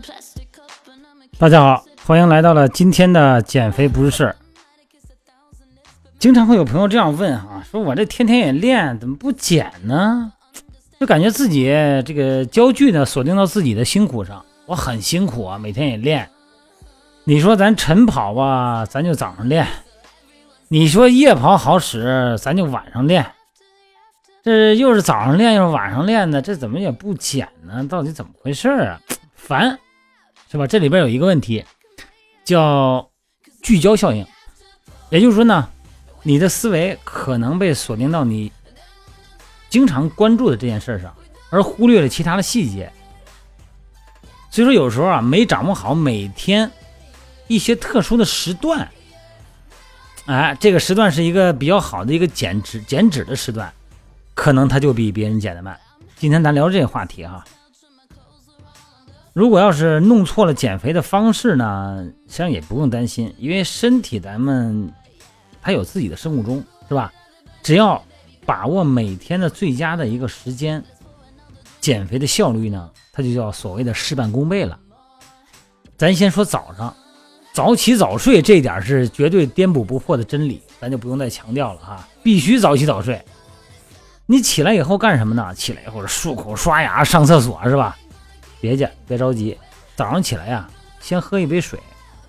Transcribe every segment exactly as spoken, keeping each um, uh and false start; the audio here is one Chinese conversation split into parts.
大家好，欢迎来到了今天的减肥不是事儿。经常会有朋友这样问啊，说我这天天也练，怎么不减呢？就感觉自己这个焦距呢锁定到自己的辛苦上，我很辛苦啊，每天也练。你说咱晨跑吧，咱就早上练；你说夜跑好使，咱就晚上练。这又是早上练又是晚上练的，这怎么也不减呢？到底怎么回事啊？烦，是吧？这里边有一个问题叫聚焦效应，也就是说呢，你的思维可能被锁定到你经常关注的这件事上，而忽略了其他的细节。所以说有时候啊，没掌握好每天一些特殊的时段，哎，这个时段是一个比较好的一个减脂减脂的时段，可能它就比别人减得慢。今天咱聊这个话题哈。如果要是弄错了减肥的方式呢，实际上也不用担心，因为身体咱们它有自己的生物钟，是吧？只要把握每天的最佳的一个时间，减肥的效率呢，它就叫所谓的事半功倍了。咱先说早上，早起早睡这一点是绝对颠扑不破的真理，咱就不用再强调了哈，必须早起早睡。你起来以后干什么呢？起来以后漱口刷牙上厕所，是吧？别介，别着急，早上起来呀，先喝一杯水。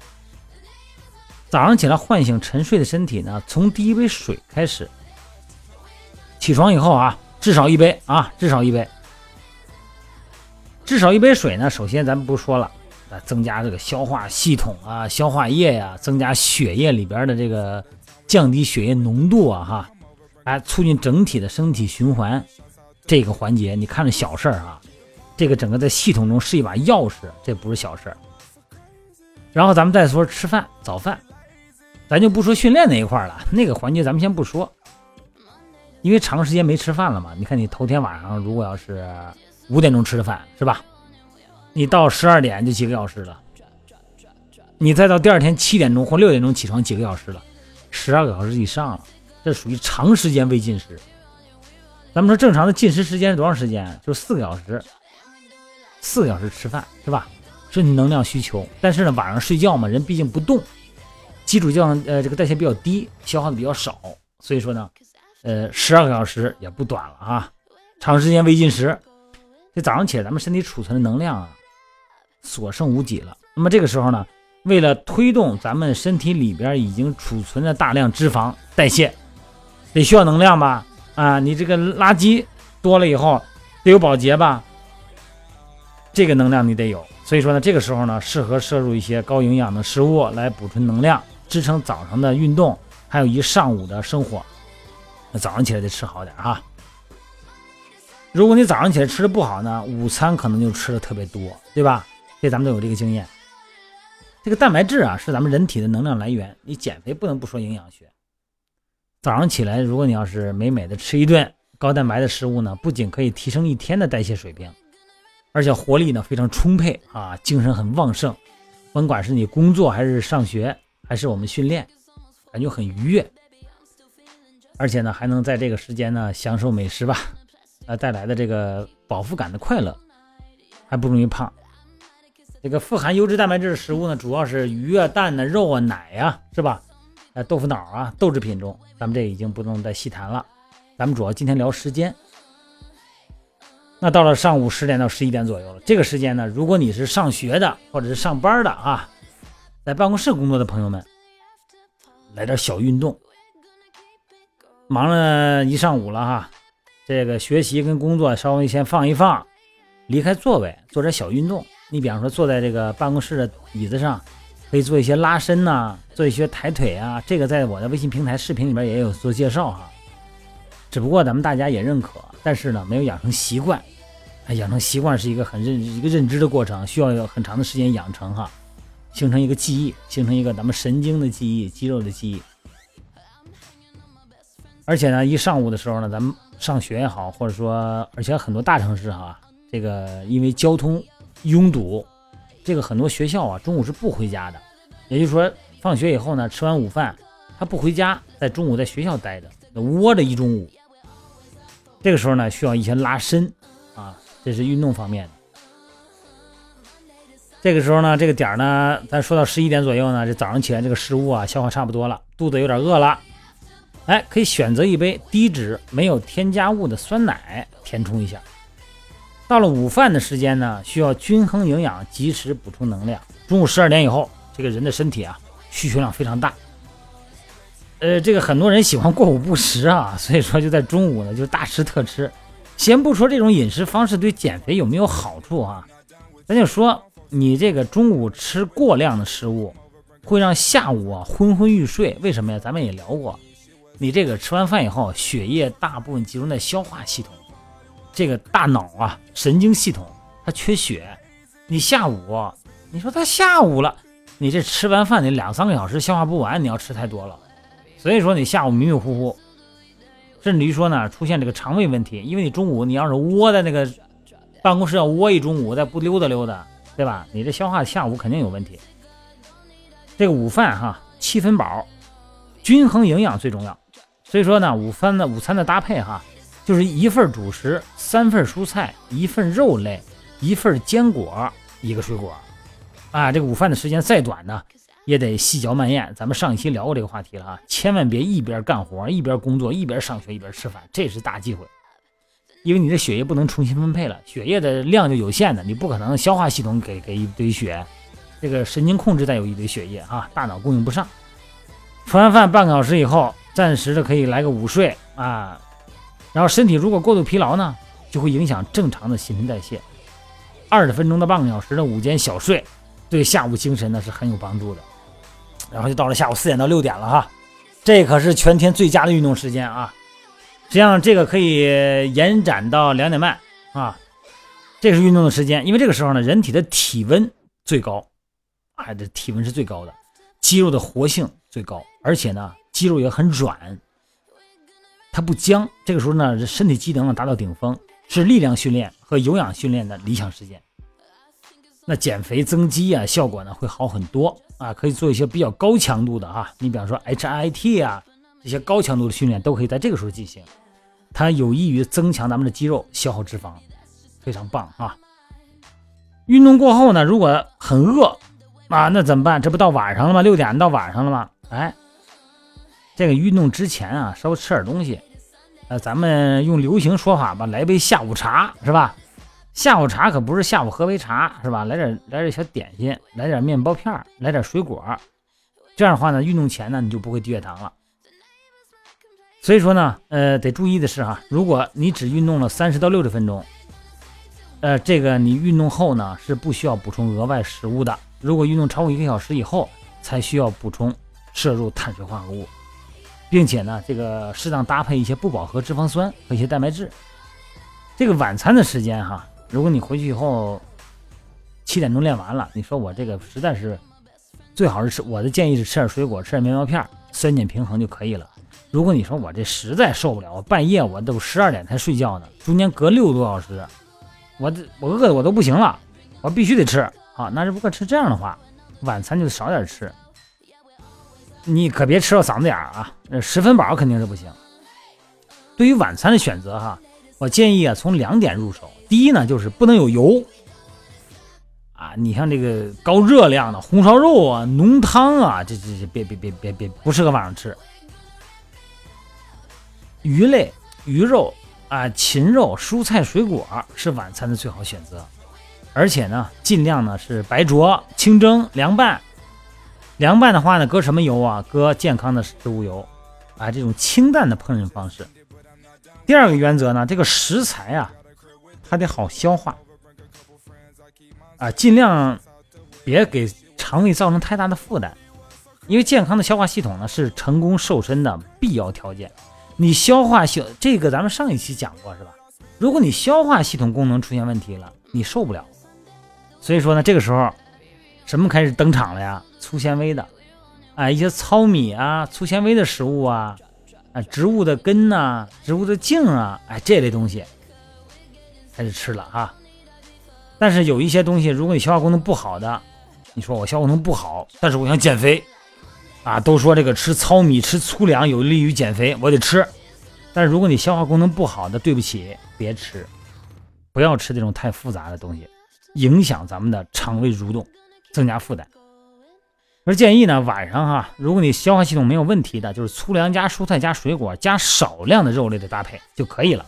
早上起来唤醒沉睡的身体呢，从第一杯水开始。起床以后啊，至少一杯啊，至少一杯。至少一杯水呢，首先咱们不说了，增加这个消化系统啊，消化液呀、啊，增加血液里边的这个降低血液浓度啊，哈，哎，促进整体的身体循环。这个环节你看着小事儿啊。这个整个在系统中是一把钥匙，这不是小事。然后咱们再说吃饭，早饭，咱就不说训练那一块了，那个环节咱们先不说，因为长时间没吃饭了嘛。你看你头天晚上如果要是五点钟吃的饭，是吧？你到十二点就几个小时了，你再到第二天七点钟或六点钟起床几个小时了，十二个小时以上了，这属于长时间未进食。咱们说正常的进食时间是多长时间？就是四个小时。四个小时吃饭，是吧？是你能量需求。但是呢，晚上睡觉嘛，人毕竟不动，基础教呃这个代谢比较低，消耗的比较少，所以说呢，呃，十二个小时也不短了啊。长时间未进食，这早上起来咱们身体储存的能量啊，所剩无几了。那么这个时候呢，为了推动咱们身体里边已经储存的大量脂肪代谢，得需要能量吧？啊，你这个垃圾多了以后，得有保洁吧？这个能量你得有，所以说呢，这个时候呢，适合摄入一些高营养的食物来补充能量，支撑早上的运动，还有一上午的生活。那早上起来得吃好点哈。如果你早上起来吃的不好呢，午餐可能就吃的特别多，对吧？这咱们都有这个经验。这个蛋白质啊，是咱们人体的能量来源，你减肥不能不说营养学。早上起来，如果你要是美美的吃一顿高蛋白的食物呢，不仅可以提升一天的代谢水平，而且活力呢非常充沛啊，精神很旺盛，甭管是你工作还是上学还是我们训练，感觉很愉悦，而且呢还能在这个时间呢享受美食吧，呃带来的这个饱腹感的快乐，还不容易胖。这个富含优质蛋白质的食物呢，主要是鱼啊、蛋啊、肉啊、奶啊，是吧？呃豆腐脑啊、豆制品中，咱们这已经不能再细谈了。咱们主要今天聊时间。那到了上午十点到十一点左右了，这个时间呢，如果你是上学的或者是上班的啊，在办公室工作的朋友们，来点小运动。忙了一上午了哈，这个学习跟工作稍微先放一放，离开座位做点小运动。你比方说坐在这个办公室的椅子上，可以做一些拉伸呐、啊，做一些抬腿啊，这个在我的微信平台视频里边也有做介绍哈。只不过咱们大家也认可，但是呢没有养成习惯。养成习惯是一个很认一个认知的过程，需要有很长的时间养成哈，形成一个记忆，形成一个咱们神经的记忆、肌肉的记忆。而且呢，一上午的时候呢，咱们上学也好，或者说，而且很多大城市哈，这个因为交通拥堵，这个很多学校啊中午是不回家的，也就是说，放学以后呢，吃完午饭他不回家，在中午在学校待着，窝着一中午。这个时候呢，需要一些拉伸啊，这是运动方面的。 这个时候呢，这个点呢，咱说到十一点左右呢，这早上起来这个食物啊消化差不多了，肚子有点饿了，哎，可以选择一杯低脂没有添加物的酸奶填充一下。到了午饭的时间呢，需要均衡营养，及时补充能量。中午十二点以后，这个人的身体啊需求量非常大，呃，这个很多人喜欢过午不食啊，所以说就在中午呢就大吃特吃。先不说这种饮食方式对减肥有没有好处啊，咱就说你这个中午吃过量的食物会让下午啊昏昏欲睡。为什么呀？咱们也聊过，你这个吃完饭以后，血液大部分集中在消化系统，这个大脑啊神经系统它缺血，你下午你说它下午了，你这吃完饭你两三个小时消化不完，你要吃太多了，所以说你下午迷迷糊糊，甚至于说呢出现这个肠胃问题。因为你中午你要是窝在那个办公室要窝一中午，再不溜达溜达，对吧？你这消化下午肯定有问题。这个午饭哈七分饱，均衡营养最重要。所以说呢，午饭的午餐的搭配哈，就是一份主食，三份蔬菜，一份肉类，一份坚果，一个水果。啊，这个午饭的时间再短呢，也得细嚼慢咽。咱们上一期聊过这个话题了啊，千万别一边干活一边工作一边上学一边吃饭，这是大忌讳。因为你的血液不能重新分配了，血液的量就有限的，你不可能消化系统给给一堆血，这个神经控制再有一堆血液啊，大脑供应不上。吃完饭半个小时以后，暂时的可以来个午睡啊，然后身体如果过度疲劳呢，就会影响正常的新陈代谢。二十分钟到半个小时的午间小睡，对下午精神呢是很有帮助的。然后就到了下午四点到六点了哈，这可是全天最佳的运动时间啊。实际上这个可以延展到两点半啊，这是运动的时间。因为这个时候呢，人体的体温最高，啊，这体温是最高的，肌肉的活性最高，而且呢，肌肉也很软，它不僵。这个时候呢，身体机能达到顶峰，是力量训练和有氧训练的理想时间。那减肥增肌啊，效果呢会好很多啊，可以做一些比较高强度的啊，你比方说 H I I T 啊，这些高强度的训练都可以在这个时候进行，它有益于增强咱们的肌肉，消耗脂肪，非常棒啊。运动过后呢，如果很饿啊，那怎么办？这不到晚上了吗？六点到晚上了吗？哎，这个运动之前啊，稍微吃点东西，呃，咱们用流行说法吧，来杯下午茶，是吧？下午茶可不是下午喝杯茶，是吧？来点来点小点心，来点面包片，来点水果，这样的话呢，运动前呢你就不会低血糖了。所以说呢，呃，得注意的是啊，如果你只运动了三十到六十分钟，呃，这个你运动后呢是不需要补充额外食物的。如果运动超过一个小时以后，才需要补充摄入碳水化合物，并且呢，这个适当搭配一些不饱和脂肪酸和一些蛋白质。这个晚餐的时间哈，如果你回去以后七点钟练完了，你说我这个实在是最好是吃，我的建议是吃点水果，吃点面包片，酸碱平衡就可以了。如果你说我这实在受不了，我半夜我都十二点才睡觉呢，中间隔六个多小时，我我饿的我都不行了，我必须得吃啊。那如果吃这样的话，晚餐就少点吃，你可别吃到嗓子眼啊，十分饱肯定是不行。对于晚餐的选择哈，我建议啊从两点入手。第一呢，就是不能有油啊，你像这个高热量的红烧肉啊、浓汤啊，这这这别别别别别不适合晚上吃。鱼类、鱼肉啊、禽肉、蔬菜、水果是晚餐的最好选择，而且呢，尽量呢是白灼、清蒸、凉拌。凉拌的话呢，搁什么油啊？搁健康的植物油啊，这种清淡的烹饪方式。第二个原则呢，这个食材啊，它得好消化啊，尽量别给肠胃造成太大的负担，因为健康的消化系统呢是成功瘦身的必要条件。你消化系这个咱们上一期讲过是吧？如果你消化系统功能出现问题了，你受不了。所以说呢，这个时候什么开始登场了呀？粗纤维的，啊，一些糙米啊、粗纤维的食物啊，啊，植物的根呐、啊、植物的茎啊，哎，这类东西开始吃了哈。但是有一些东西，如果你消化功能不好的，你说我消化功能不好，但是我想减肥。啊，都说这个吃糙米吃粗粮有利于减肥，我得吃。但是如果你消化功能不好的，对不起，别吃，不要吃这种太复杂的东西，影响咱们的肠胃蠕动。 增加负担。而建议呢，晚上哈，如果你消化系统没有问题的，就是粗粮加蔬菜加水果加少量的肉类的搭配就可以了。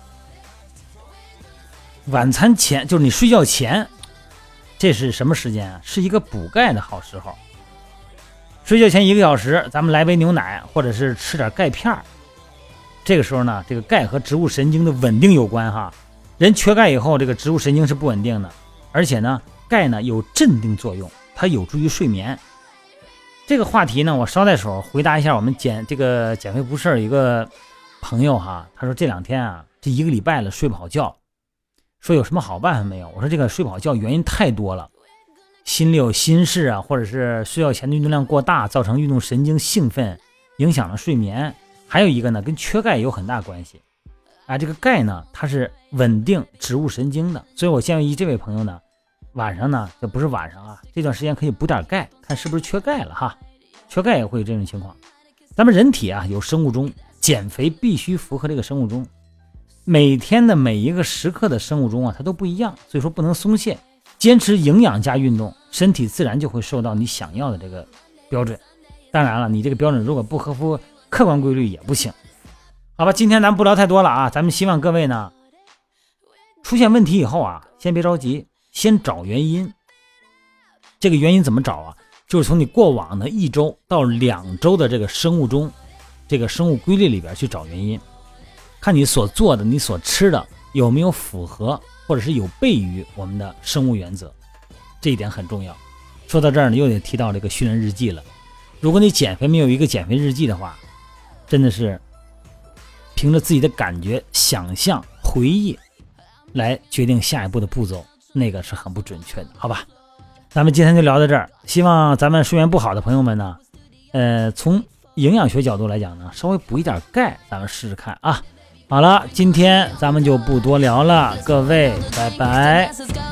晚餐前就是你睡觉前，这是什么时间啊？是一个补钙的好时候。睡觉前一个小时，咱们来杯牛奶，或者是吃点钙片。这个时候呢，这个钙和植物神经的稳定有关哈。人缺钙以后，这个植物神经是不稳定的，而且呢，钙呢有镇定作用，它有助于睡眠。这个话题呢，我捎带手回答一下我们减这个减肥不事一个朋友哈，他说这两天啊，这一个礼拜了睡不好觉，说有什么好办法没有？我说这个睡不好觉原因太多了。心里有心事啊，或者是睡觉前的运动量过大，造成运动神经兴奋，影响了睡眠。还有一个呢，跟缺钙有很大关系啊。这个钙呢，它是稳定植物神经的，所以我建议这位朋友呢，晚上呢，这不是晚上啊，这段时间可以补点钙，看是不是缺钙了哈。缺钙也会有这种情况。咱们人体啊有生物钟，减肥必须符合这个生物钟。每天的每一个时刻的生物钟啊，它都不一样，所以说不能松懈。坚持营养加运动，身体自然就会受到你想要的这个标准。当然了，你这个标准如果不合乎客观规律也不行。好吧，今天咱不聊太多了啊，咱们希望各位呢，出现问题以后啊，先别着急，先找原因。这个原因怎么找啊？就是从你过往的一周到两周的这个生物钟，这个生物规律里边去找原因，看你所做的、你所吃的有没有符合，或者是有悖于我们的生物原则，这一点很重要。说到这儿呢，又得提到这个训练日记了。如果你减肥没有一个减肥日记的话，真的是凭着自己的感觉、想象、回忆来决定下一步的步骤，那个是很不准确的，好吧？咱们今天就聊到这儿，希望咱们睡眠不好的朋友们呢，呃，从营养学角度来讲呢，稍微补一点钙，咱们试试看啊。好了，今天咱们就不多聊了，各位，拜拜。